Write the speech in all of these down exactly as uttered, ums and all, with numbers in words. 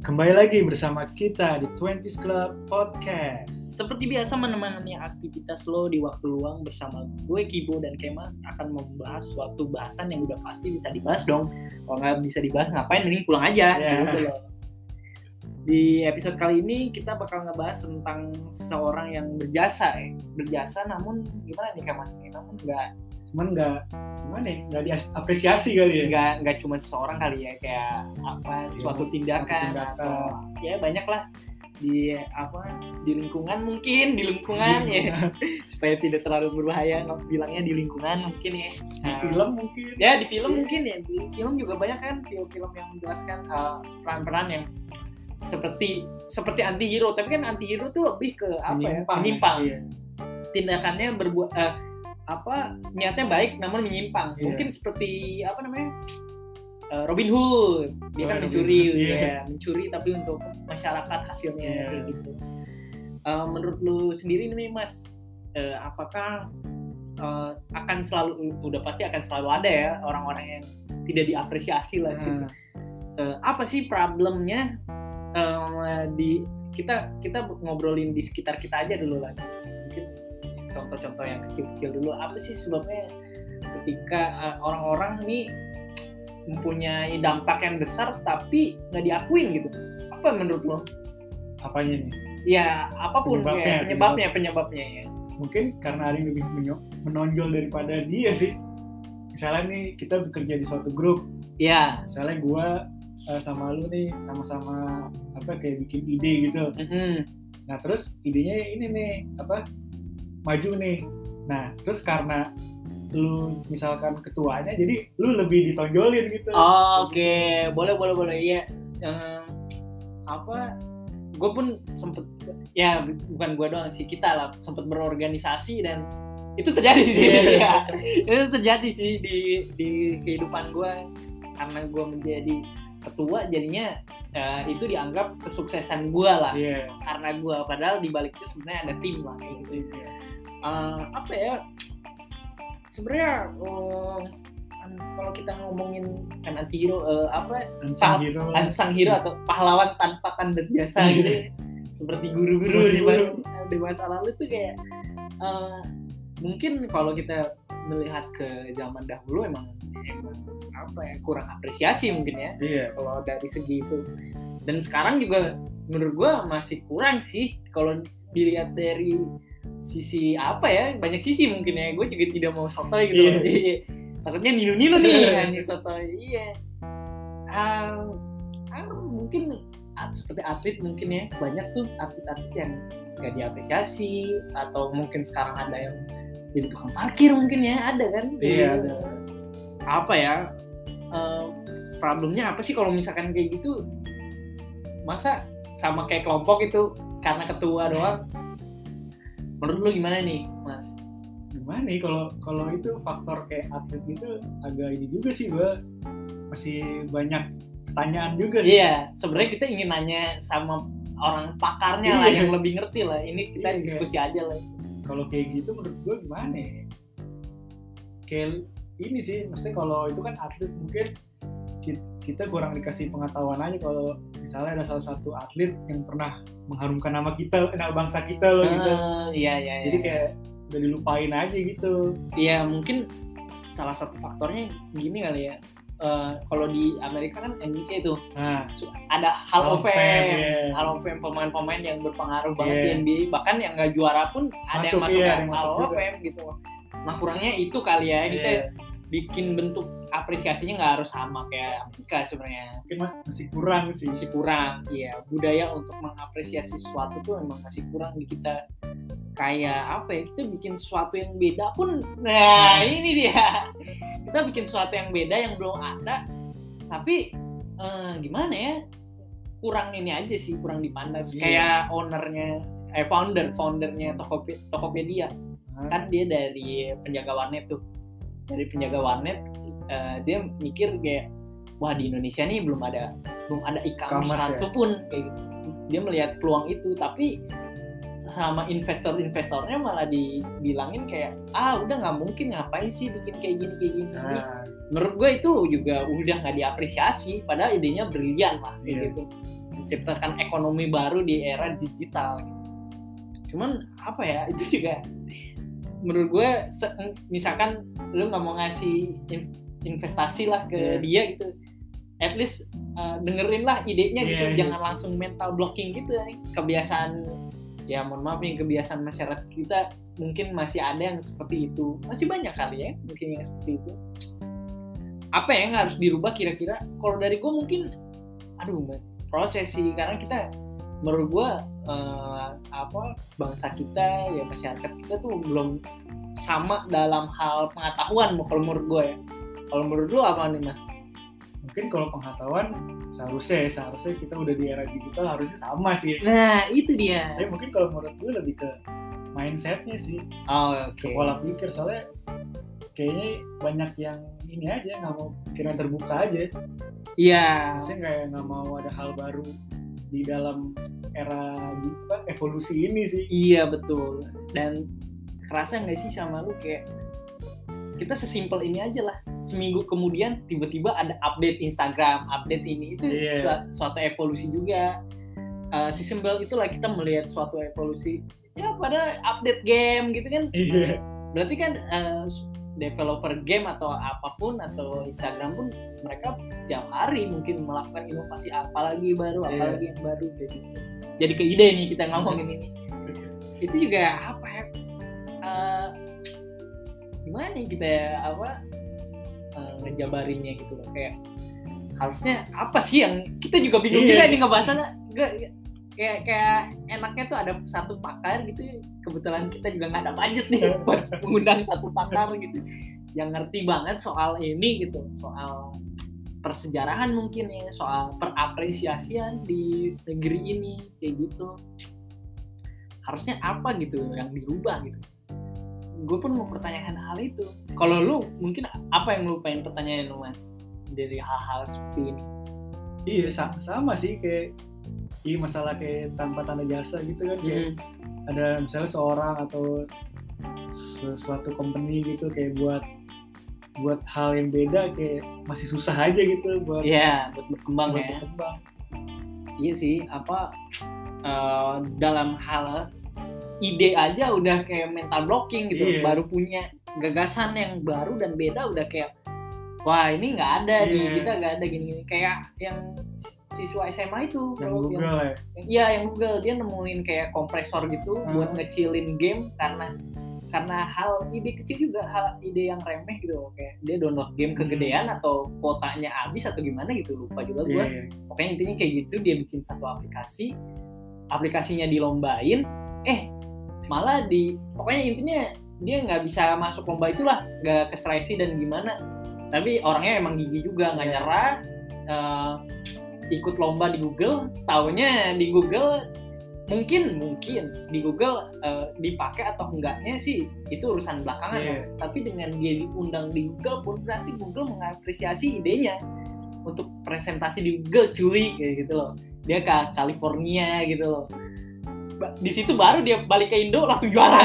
Kembali lagi bersama kita di twenties Club Podcast. Seperti biasa menemani aktivitas lo di waktu luang bersama gue Kibo dan Kemas akan membahas suatu bahasan yang udah pasti bisa dibahas dong. Kalau nggak bisa dibahas ngapain, mending pulang aja. Yeah. Gitu loh. Di episode kali ini kita bakal ngebahas tentang seorang yang berjasa, eh. berjasa namun gimana nih Kemas? Namun nggak, Cuman nggak gimana ya? Nggak diapresiasi kali ya? nggak nggak cuma seseorang kali ya, kayak apa suatu tindakan, suatu tindakan. atau ya banyak lah di apa di lingkungan mungkin di lingkungan ya supaya tidak terlalu berbahaya bilangnya di lingkungan mungkin ya Di film mungkin. ya di film mungkin ya di film juga banyak kan film-film yang menjelaskan uh, peran-peran yang seperti seperti anti hero, tapi kan anti hero tuh lebih ke apa Menyimpang, ya menyimpang iya. Tindakannya berbuat uh, apa niatnya baik namun menyimpang. Iya. Mungkin seperti apa namanya uh, Robin Hood, dia Oh, kan Robin mencuri Hood, iya. ya mencuri tapi untuk masyarakat hasilnya Iya. kayak gitu. Uh, menurut lu sendiri nih Mas, uh, apakah uh, akan selalu udah pasti akan selalu ada ya orang-orang yang tidak diapresiasi lah gitu. Nah, Uh, apa sih problemnya uh, di kita kita ngobrolin di sekitar kita aja dulu lah. Mungkin contoh-contoh yang kecil-kecil dulu, apa sih sebabnya ketika uh, orang-orang nih mempunyai dampak yang besar tapi nggak diakuin gitu? Apa menurut lo? apanya nih? Ya apapun Penyebabnya, ya, penyebabnya penyebabnya ya. Mungkin karena ada yang lebih menyo- menonjol daripada dia sih. Misalnya nih kita bekerja di suatu grup. Ya. Misalnya gua uh, sama lu nih sama-sama apa kayak bikin ide gitu. Mm-hmm. Nah terus idenya ini nih apa maju nih. Nah terus karena lu misalkan ketuanya, jadi lu lebih ditonjolin gitu. Oh, Oke, okay. boleh boleh boleh. Iya, um, apa? Gue pun sempet, ya bukan gue doang sih, kita lah sempet berorganisasi dan itu terjadi sih. Yeah. Ya. Itu terjadi sih di di kehidupan gue karena gue menjadi ketua, jadinya uh, itu dianggap kesuksesan gue lah. Iya. Karena gue, padahal di balik itu sebenarnya ada tim lah kayak gitu. Iya. Uh, apa ya? Sebenarnya um, kalau kita ngomongin kan anti hero uh, apa Unsung hero. unsung hero atau pahlawan tanpa tanda jasa gitu ya. Seperti guru-guru Seperti di guru. masa, di masa lalu tuh kayak uh, mungkin kalau kita melihat ke zaman dahulu emang, emang apa ya kurang apresiasi mungkin ya. Iya. Kalau dari segi itu, dan sekarang juga menurut gue masih kurang sih kalau dilihat dari sisi apa ya, banyak sisi mungkin ya. Gue juga tidak mau sotoy gitu. Iya. Iya. Takutnya nilu-nilu nih anjing sotoy. Iya. Um, mungkin seperti atlet mungkin ya, banyak tuh atlet-atlet yang gak diapresiasi, atau mungkin sekarang ada yang jadi tukang parkir mungkin ya, ada kan? Iya. Ada. Apa ya? Um, problemnya apa sih kalau misalkan kayak gitu? Masa sama kayak kelompok itu karena ketua doang? Menurut lu gimana nih, Mas? Gimana nih kalau kalau itu faktor kayak atlet itu agak ini juga sih, gue masih banyak pertanyaan juga sih. Iya, sebenarnya kita ingin nanya sama orang pakarnya lah, Iya. yang lebih ngerti lah. Ini kita Iya. diskusi aja lah. Kalau kayak gitu menurut gue gimana ya? Kayak ini sih, maksudnya kalau itu kan atlet mungkin kita kurang dikasih pengetahuan aja. Kalau misalnya ada salah satu atlet yang pernah mengharumkan nama kita, nama bangsa kita loh gitu. Uh, iya, iya, Jadi iya. kayak udah dilupain aja gitu. Iya, mungkin salah satu faktornya gini kali ya. Uh, kalau di Amerika kan N B A tuh Nah, ada Hall of Fame, yeah. Hall of Fame pemain-pemain yang berpengaruh banget Yeah. di N B A, bahkan yang nggak juara pun ada Masuk, yang masuk iya, ke yang masuk Hall of juga. Fame gitu. Nah kurangnya itu kali ya, kita Iya. bikin bentuk apresiasinya nggak harus sama kayak Amerika sebenarnya. Mungkin masih kurang sih. Masih kurang, iya, budaya untuk mengapresiasi sesuatu tuh memang masih kurang di kita. Kayak apa ya, kita bikin sesuatu yang beda pun, nah ini dia, kita bikin sesuatu yang beda yang belum ada, tapi eh, gimana ya, kurang ini aja sih, kurang dipandang. Iya. Kayak ownernya, eh founder, foundernya Tokopedia, Tokopedia. Hah? Kan dia dari penjaga warnet tuh, dari penjaga warnet, uh, dia mikir kayak, wah di Indonesia nih belum ada belum ada e-commerce E-commerce, satu pun kayak gitu. Dia melihat peluang itu, tapi sama investor-investornya malah dibilangin kayak, ah udah nggak mungkin, ngapain sih bikin kayak gini kayak gini. Nah, Menurut gue itu juga udah nggak diapresiasi, padahal idenya brilian lah kayak Iya. gitu. menciptakan ekonomi baru di era digital. Cuman apa ya, itu juga menurut gue se- misalkan lu nggak mau ngasih investasi lah ke yeah. dia gitu, at least uh, dengerin lah idenya gitu, yeah, jangan yeah. langsung mental blocking gitu. Kebiasaan ya mohon maaf nih, kebiasaan masyarakat kita mungkin masih ada yang seperti itu, masih banyak kali ya mungkin yang seperti itu. Apa yang harus dirubah kira-kira? Kalau dari gue mungkin aduh proses sih, karena kita menurut gue uh, apa bangsa kita ya, masyarakat kita tuh belum sama dalam hal pengetahuan kalau menurut gue ya. Kalau menurut lu apa nih Mas? Mungkin kalau pengetahuan seharusnya seharusnya kita udah di era digital, harusnya sama sih. Nah itu dia. Tapi mungkin kalau menurut gue lebih ke mindsetnya sih. Oh, oke. Okay. Ke pola pikir, soalnya kayaknya banyak yang ini aja nggak mau pikiran terbuka aja. Iya. Yeah. Maksudnya kayak nggak mau ada hal baru di dalam era apa, evolusi ini sih. Iya betul. Dan kerasa nggak sih sama lu kayak kita sesimpel ini aja lah, seminggu kemudian tiba-tiba ada update Instagram, update ini, itu yeah. su- suatu evolusi juga. Uh, sesimpel itulah kita melihat suatu evolusi. Ya pada update game gitu kan. Yeah. Berarti kan uh, developer game atau apapun atau Instagram pun mereka setiap hari mungkin melakukan inovasi apalagi baru, yeah. apalagi yang baru. Jadi, jadi ke ide nih kita ngomongin ini. Itu juga apa ya? Uh, gimana nih kita apa uh, ngejabarinnya gitu loh, kayak harusnya apa sih yang kita juga bingung juga nih ngebahasnya. Kayak kayak enaknya tuh ada satu pakar gitu, kebetulan kita juga nggak ada budget nih buat mengundang satu pakar gitu yang ngerti banget soal ini gitu, soal persejarahan mungkin ya, soal perapresiasian di negeri ini kayak gitu. Harusnya apa gitu yang dirubah gitu. Gue pun mau pertanyakan hal itu. Kalau lu mungkin apa yang lu pengen pertanyain lu Mas dari hal-hal seperti ini? Iya sama, sama sih kayak iya masalah kayak tanpa tanda jasa gitu kan, kayak hmm. ada misalnya seorang atau sesuatu company gitu kayak buat buat hal yang beda kayak masih susah aja gitu buat yeah, buat berkembang buat ya. Berkembang. Iya sih, apa uh, dalam hal ide aja udah kayak mental blocking gitu, yeah. baru punya gagasan yang baru dan beda udah kayak wah ini nggak ada yeah. nih, kita nggak ada gini-gini. Kayak yang siswa S M A itu yang bro, Google yang, ya? Iya yang Google, dia nemuin kayak kompresor gitu hmm. buat ngecilin game karena karena hal ide kecil juga, hal ide yang remeh gitu, kayak dia download game kegedean hmm. atau kuotanya habis atau gimana gitu, lupa juga gue. Yeah. Pokoknya intinya kayak gitu, dia bikin satu aplikasi, aplikasinya dilombain, eh malah di pokoknya intinya dia nggak bisa masuk lomba itulah, nggak keseleksi dan gimana, tapi orangnya emang gigi juga, nggak nyerah, uh, ikut lomba di Google, taunya di Google mungkin mungkin di Google uh, dipakai atau enggaknya sih itu urusan belakangan, yeah. tapi dengan dia diundang di Google pun berarti Google mengapresiasi idenya untuk presentasi di Google, cuy, kayak gitu loh. Dia ke California gitu loh. Di situ baru dia balik ke Indo langsung juara.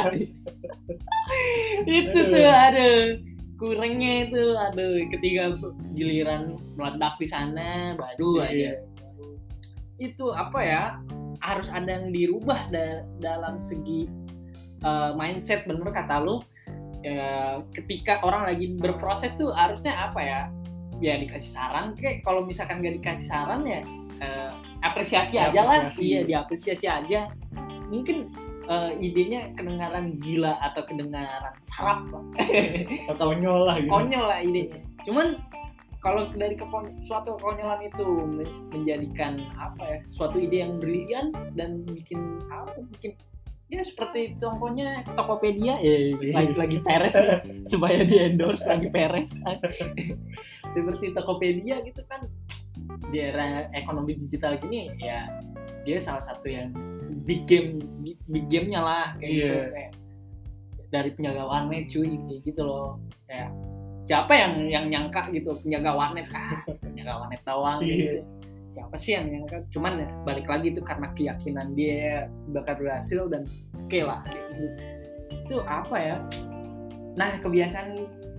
Itu tuh aduh kurangnya itu, aduh ketika giliran meledak di sana baru yeah. aja. Itu apa ya? Harus ada yang dirubah da- dalam segi uh, mindset, bener kata lu. Ya, ketika orang lagi berproses tuh harusnya apa ya? Ya dikasih saran, kayak kalau misalkan gak dikasih saran ya uh, apresiasi aja lah, iya diapresiasi aja. Mungkin uh, idenya kedengaran gila atau kedengaran sarap lah, atau konyol lah gitu. Konyol lah idenya. Cuman kalau dari kepon- suatu konyolan itu menjadikan apa ya, suatu ide yang brilian dan bikin apa, bikin ya seperti contohnya Tokopedia ya, lagi lagi peres ya, supaya di endorse lagi peres. Seperti Tokopedia gitu kan, di era ekonomi digital gini ya, dia salah satu yang big game big game-nya lah kayak yeah. gitu, kayak dari penjaga warnet cuy kayak gitu loh. Kayak siapa yang yang nyangka gitu penjaga warnet, ah penjaga warnet doang gitu. Yeah. Siapa sih yang nyangka? Cuman ya, balik lagi itu karena keyakinan dia bakal berhasil dan oke okay lah kayak gitu. Itu apa ya? Nah, kebiasaan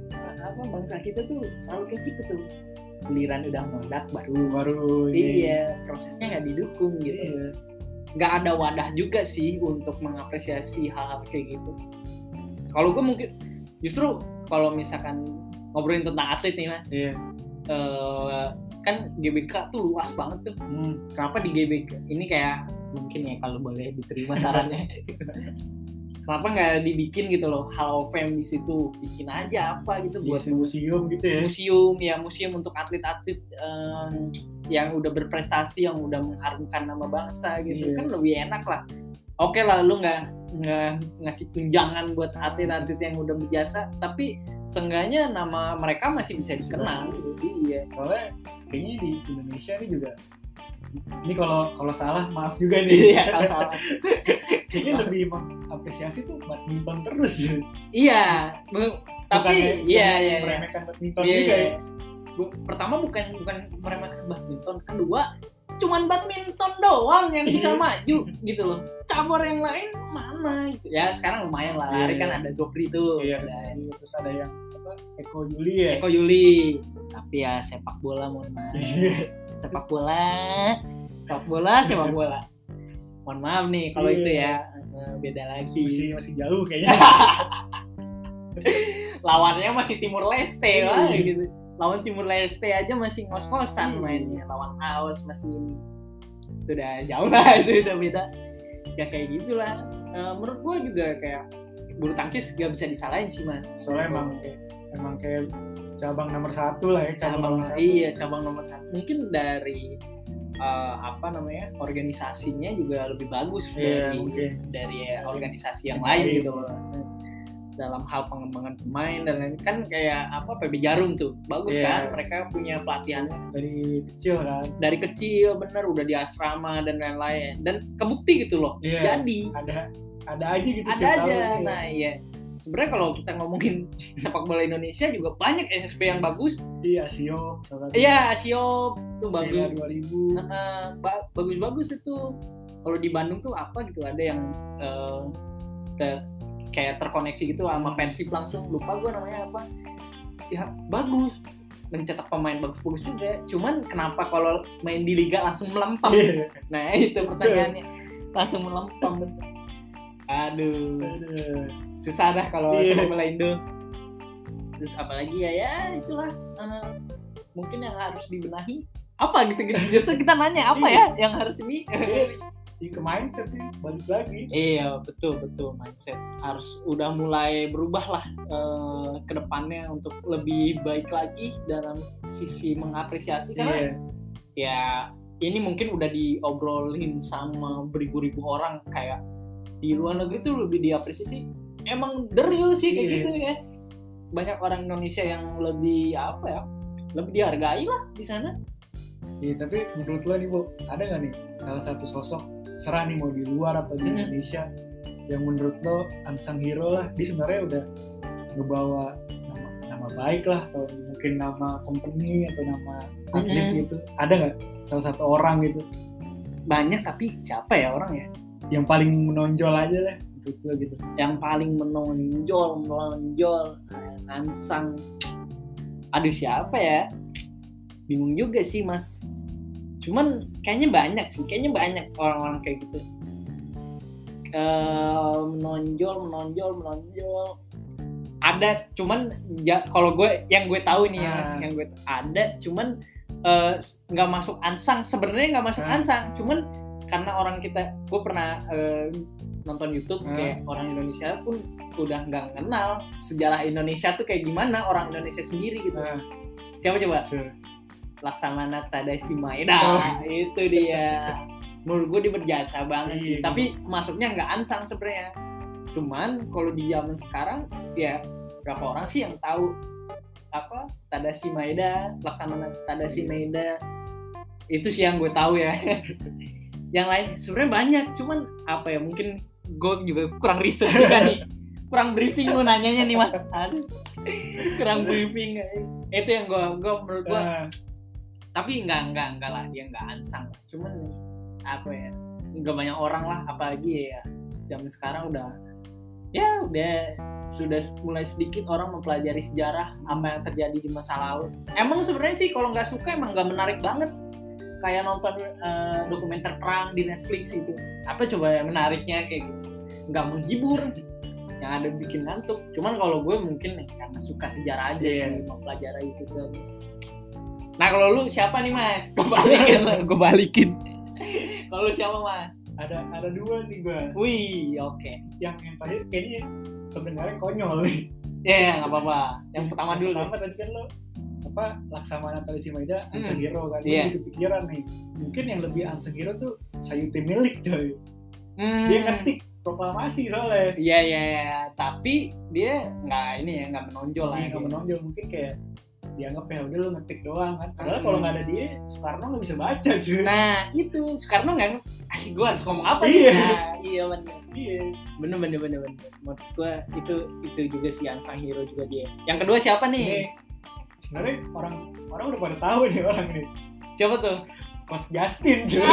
apa bangsa kita tuh selalu kayak gitu tuh, giliran udah meledak baru baru iya prosesnya nggak didukung gitu. Iya. Nggak ada wadah juga sih untuk mengapresiasi hal-hal kayak gitu. Kalau gue mungkin justru kalau misalkan ngobrolin tentang atlet nih mas, Iya. uh, kan G B K tuh luas banget tuh. Hmm. Kenapa di G B K ini kayak mungkin ya kalau boleh diterima sarannya, kenapa nggak dibikin gitu loh Hall of Fame di situ, bikin aja apa gitu buat Iya, museum gitu ya. museum ya museum untuk atlet-atlet um, yang udah berprestasi, yang udah mengharumkan nama bangsa gitu. Iya. Kan lebih enak lah. Oke lah lu nggak nggak ngasih tunjangan buat atlet-atlet yang udah berjasa, tapi seenggaknya nama mereka masih bisa dikenang. Iya. Soalnya kayaknya di Indonesia ini juga, ini kalau kalau salah maaf juga nih. Iya kalau salah. Kayaknya lebih mengapresiasi tuh badminton terus. Iya. Tapi iya iya. Meremehkan badminton iya, juga. Iya. Pertama bukan bukan meremehkan badminton, kedua cuman badminton doang yang bisa maju gitu loh. Cabur yang lain mana gitu. Ya sekarang lumayan lah. Hari kan ada Zokri tuh. Iya, ada. Terus ada yang apa? Eko Yuli ya. Eko Yuli. Tapi ya sepak bola mohon maaf. sepak bola. Sepak bola, sepak bola. Mohon maaf nih kalau itu ya beda lagi. Masih masih jauh kayaknya. Lawannya masih Timur Leste wah gitu. Lawan Timur Leste aja masih ngos-ngosan mainnya, lawan Aos masih ini. Itu udah jauh lah, itu udah beda. Ya kayak gitulah. E, menurut gua juga kayak bulu tangkis gak bisa disalahin sih mas. Soalnya emang emang kayak cabang nomor satu lah ya. Cabang, cabang iya cabang nomor satu. Mungkin dari uh, apa namanya organisasinya juga lebih bagus yeah, dari mungkin. dari organisasi yang lain gitu loh. Dalam hal pengembangan pemain dan lain kan kayak apa P B Jarum tuh bagus yeah. kan, mereka punya pelatihannya dari kecil kan, dari kecil bener udah di asrama dan lain-lain dan kebukti gitu loh. Yeah. Jadi ada ada aja gitu ada aja tahun, nah iya sebenarnya kalau kita ngomongin sepak bola Indonesia juga banyak S S B yang bagus. Iya Asio iya Asio tuh bagus dua ribu uh, ba- bagus-bagus itu. Kalau di Bandung tuh apa gitu ada yang uh, ke kayak terkoneksi gitu sama Persib langsung, lupa gue namanya apa ya, bagus mencetak pemain bagus-bagus juga, cuman kenapa kalau main di liga langsung melempem? Yeah. Nah itu pertanyaannya, langsung melempem. Aduh, Aduh. susah dah kalau yeah. sepak bola Indo. Terus apalagi ya ya itulah uh, mungkin yang harus dibenahi apa gitu gitu. Justru kita nanya apa ya yang harus ini. Di ke mindset sih balik lagi. Iya betul betul mindset harus udah mulai berubah lah uh, ke depannya untuk lebih baik lagi dalam sisi mengapresiasi karena yeah. ya ini mungkin udah diobrolin sama beribu-ribu orang kayak di luar negeri tuh lebih diapresiasi emang real sih kayak yeah. gitu ya, banyak orang Indonesia yang lebih apa ya lebih dihargai lah di sana. Iya tapi menurut lo nih Bu ada nggak nih salah satu sosok serah nih mau di luar atau di hmm. Indonesia yang menurut lo unsung hero lah, dia sebenarnya udah ngebawa nama, nama baik lah atau mungkin nama company atau nama atlet hmm. gitu, ada nggak salah satu orang gitu? Banyak tapi siapa ya orang ya yang paling menonjol aja deh menurut lo gitu, yang paling menonjol menonjol unsung aduh siapa ya, bingung juga sih mas. Cuman kayaknya banyak sih, kayaknya banyak orang-orang kayak gitu. Uh, menonjol, menonjol, menonjol. Ada, cuman ya, kalau gue yang gue tahu nih ah. ya, yang gue ada, cuman nggak uh, masuk ansang. Sebenarnya nggak masuk ah. ansang, cuman karena orang kita, gue pernah uh, nonton YouTube ah. kayak orang Indonesia pun udah nggak kenal sejarah Indonesia tuh kayak gimana orang Indonesia sendiri gitu. Ah. Siapa coba? Sure. Laksamana Tadashi Maeda oh. itu dia. Menurut gue dia berjasa banget sih. Iya, tapi gitu. Masuknya nggak ansang sebenarnya. Cuman kalau di zaman sekarang ya berapa orang sih yang tahu apa Tadashi Maeda, Laksamana Tadashi Maeda itu sih yang gue tahu ya. Yang lain sebenarnya banyak. Cuman apa ya mungkin gue juga kurang riset juga nih. Kurang briefing lu nanyanya nih mas. Aduh. Kurang briefing. Itu yang gue gue menurut gue. Uh. Tapi enggak enggak enggak lah dia enggak ansang, cuman apa ya enggak banyak orang lah apalagi ya zaman sekarang udah ya udah sudah mulai sedikit orang mempelajari sejarah apa yang terjadi di masa lalu. Emang sebenarnya sih kalau nggak suka emang nggak menarik banget. Kayak nonton uh, dokumenter perang di Netflix itu. Apa coba yang menariknya kayak gitu? Nggak menghibur, yang ada bikin ngantuk. Cuman kalau gue mungkin karena suka sejarah aja yeah. sih mempelajari itu tuh. Nah kalau lu siapa nih Mas? Gue balikin, gue balikin. Kalau lu siapa Mas? Ada ada dua nih gue. Wih, oke. Okay. Yang yang terakhir kayaknya kedengarannya konyol nih. Iya, yeah, nggak apa-apa. Yang pertama yang dulu. Yang pertama tadi kan lo apa Laksamana Talisih Maeda hmm. unsung hero kan. Yeah. Itu kepikiran nih. Mungkin yang lebih unsung hero tuh Sayuti Milik coy. Hmm. Dia ngetik proklamasi soalnya. Iya iya iya. Tapi dia nggak ini ya nggak menonjol lah. Iya nggak menonjol mungkin kayak dianggap ya udah lu ngetik doang kan. Padahal hmm. kalau nggak ada dia Soekarno nggak bisa baca cuy. Nah itu Soekarno nggak. Gue harus ngomong apa iya. nih? Nah, iya benar. Iya. Bener bener bener bener. Menurut gue itu itu juga si unsung hero juga dia. Yang kedua siapa nih? Ini, sebenarnya orang orang udah pada tahu nih orang ini. Siapa tuh? Coach Justin cuy.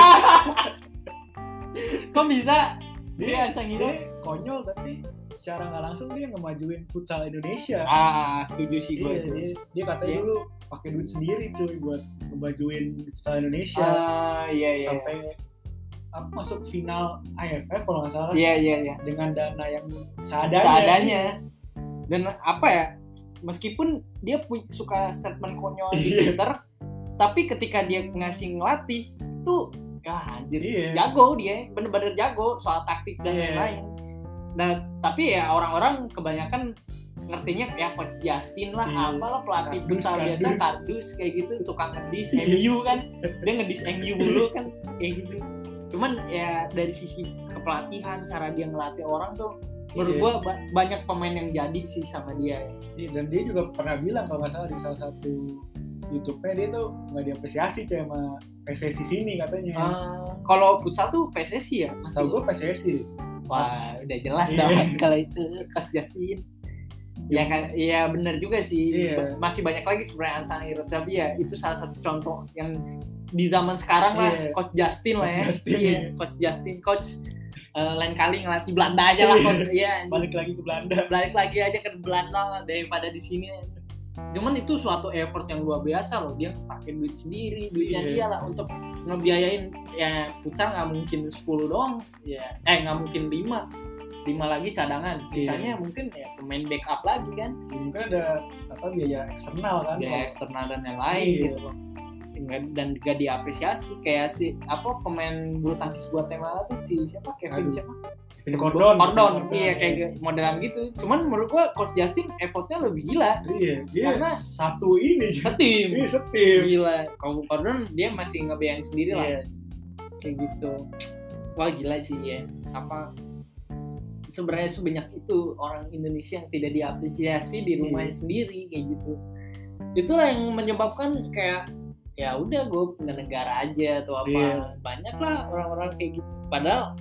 Kok bisa? Dia unsung hero. Dia konyol tapi secara nggak langsung dia ngemajuin futsal Indonesia. Ah setuju sih gue iya, itu. Dia, dia katanya yeah. dulu pakai duit sendiri cuy buat ngemajuin futsal Indonesia. Ah iya iya. Sampai apa masuk final A F F kalau nggak salah. Iya iya iya. Dengan dana yang seadanya. Seadanya. Dan apa ya? Meskipun dia pu- suka statement konyol di Twitter, tapi ketika dia ngasih ngelatih itu ya anjir iya. jago dia, bener-bener jago soal taktik dan iya. lain-lain. Nah, tapi ya orang-orang kebanyakan ngertinya ya Coach Justin lah, iya. apalah pelatih futsal biasa, kardus kayak gitu, tukang ngedis iya. M U kan. Dia ngedis M U dulu kan kayak gitu. Cuman ya dari sisi kepelatihan, cara dia ngelatih orang tuh menurut gue ba- banyak pemain yang jadi sih sama dia. Iya, dan dia juga pernah bilang kalau nggak salah di salah satu YouTube-nya dia tuh nggak diapresiasi kayak sama P S S I sini katanya. Uh, kalau futsal tuh P S S I ya? Setahu gue P S S I. Wah, udah jelas iya. dong kalau itu Coach Justin. Ya kan, iya benar juga sih. Iya. Masih banyak lagi sebenarnya unsung hero, tapi ya itu salah satu contoh yang di zaman sekarang lah, iya. Coach Justin lah ya. Justin, iya, Coach Justin, Coach uh, lain kali ngelatih Belanda aja lah Coach. Iya. Balik lagi ke Belanda. Balik lagi aja ke Belanda daripada di sini. Cuman itu suatu effort yang luar biasa loh, dia pakai duit sendiri, duitnya iya. dia lah untuk ngebiayain ya futsal nggak mungkin sepuluh doang, ya eh nggak mungkin lima, lima lagi cadangan, sisanya iya. mungkin ya pemain backup lagi kan. Mungkin ada apa biaya eksternal kan? Biaya eksternal dan lain-lain iya. gitu loh. Dan gak diapresiasi kayak si apa pemain bulu tangkis Guatemala tuh si siapa Kevin Aduh. siapa Kevin Cordon, Cordon iya kayak modelan gitu. Cuman menurut gua Coach Justin effortnya lebih gila. Iya, dia karena satu ini setim. Iya, setim. Gila. Kalau Cordon dia masih ngebiayain sendiri lah. Iya. Kayak gitu. Wah gila sih ya. Apa sebenarnya sebanyak itu orang Indonesia yang tidak diapresiasi di rumahnya iya. sendiri kayak gitu. Itulah yang menyebabkan kayak ya udah gue pindah negara aja atau apa. Yeah. Banyak lah orang-orang kayak gitu. Padahal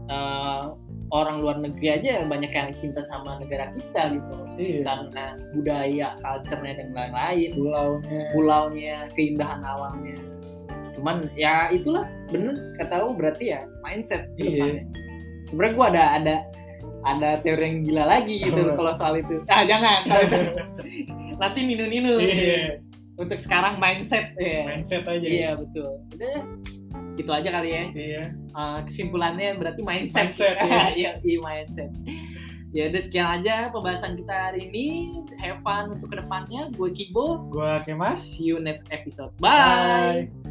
uh, orang luar negeri aja banyak yang cinta sama negara kita gitu. Yeah. Karena budaya, culture-nya dan lain-lain. Pulaunya. Pulaunya, keindahan alamnya. Cuman ya itulah bener kata lu berarti ya mindset ke depannya. Yeah. Sebenarnya gue ada ada ada teori yang gila lagi gitu kalau soal itu. Ah jangan. Nanti ninu-ninu. Yeah. Untuk sekarang mindset ya. Mindset aja. Iya betul. Udah itu aja kali ya. Iya. Uh, kesimpulannya berarti mindset. Mindset ya. Iya, iya mindset. Ya udah sekian aja pembahasan kita hari ini. Have fun untuk kedepannya. Gue Kibo. Gue Kemas. See you next episode. Bye. Bye.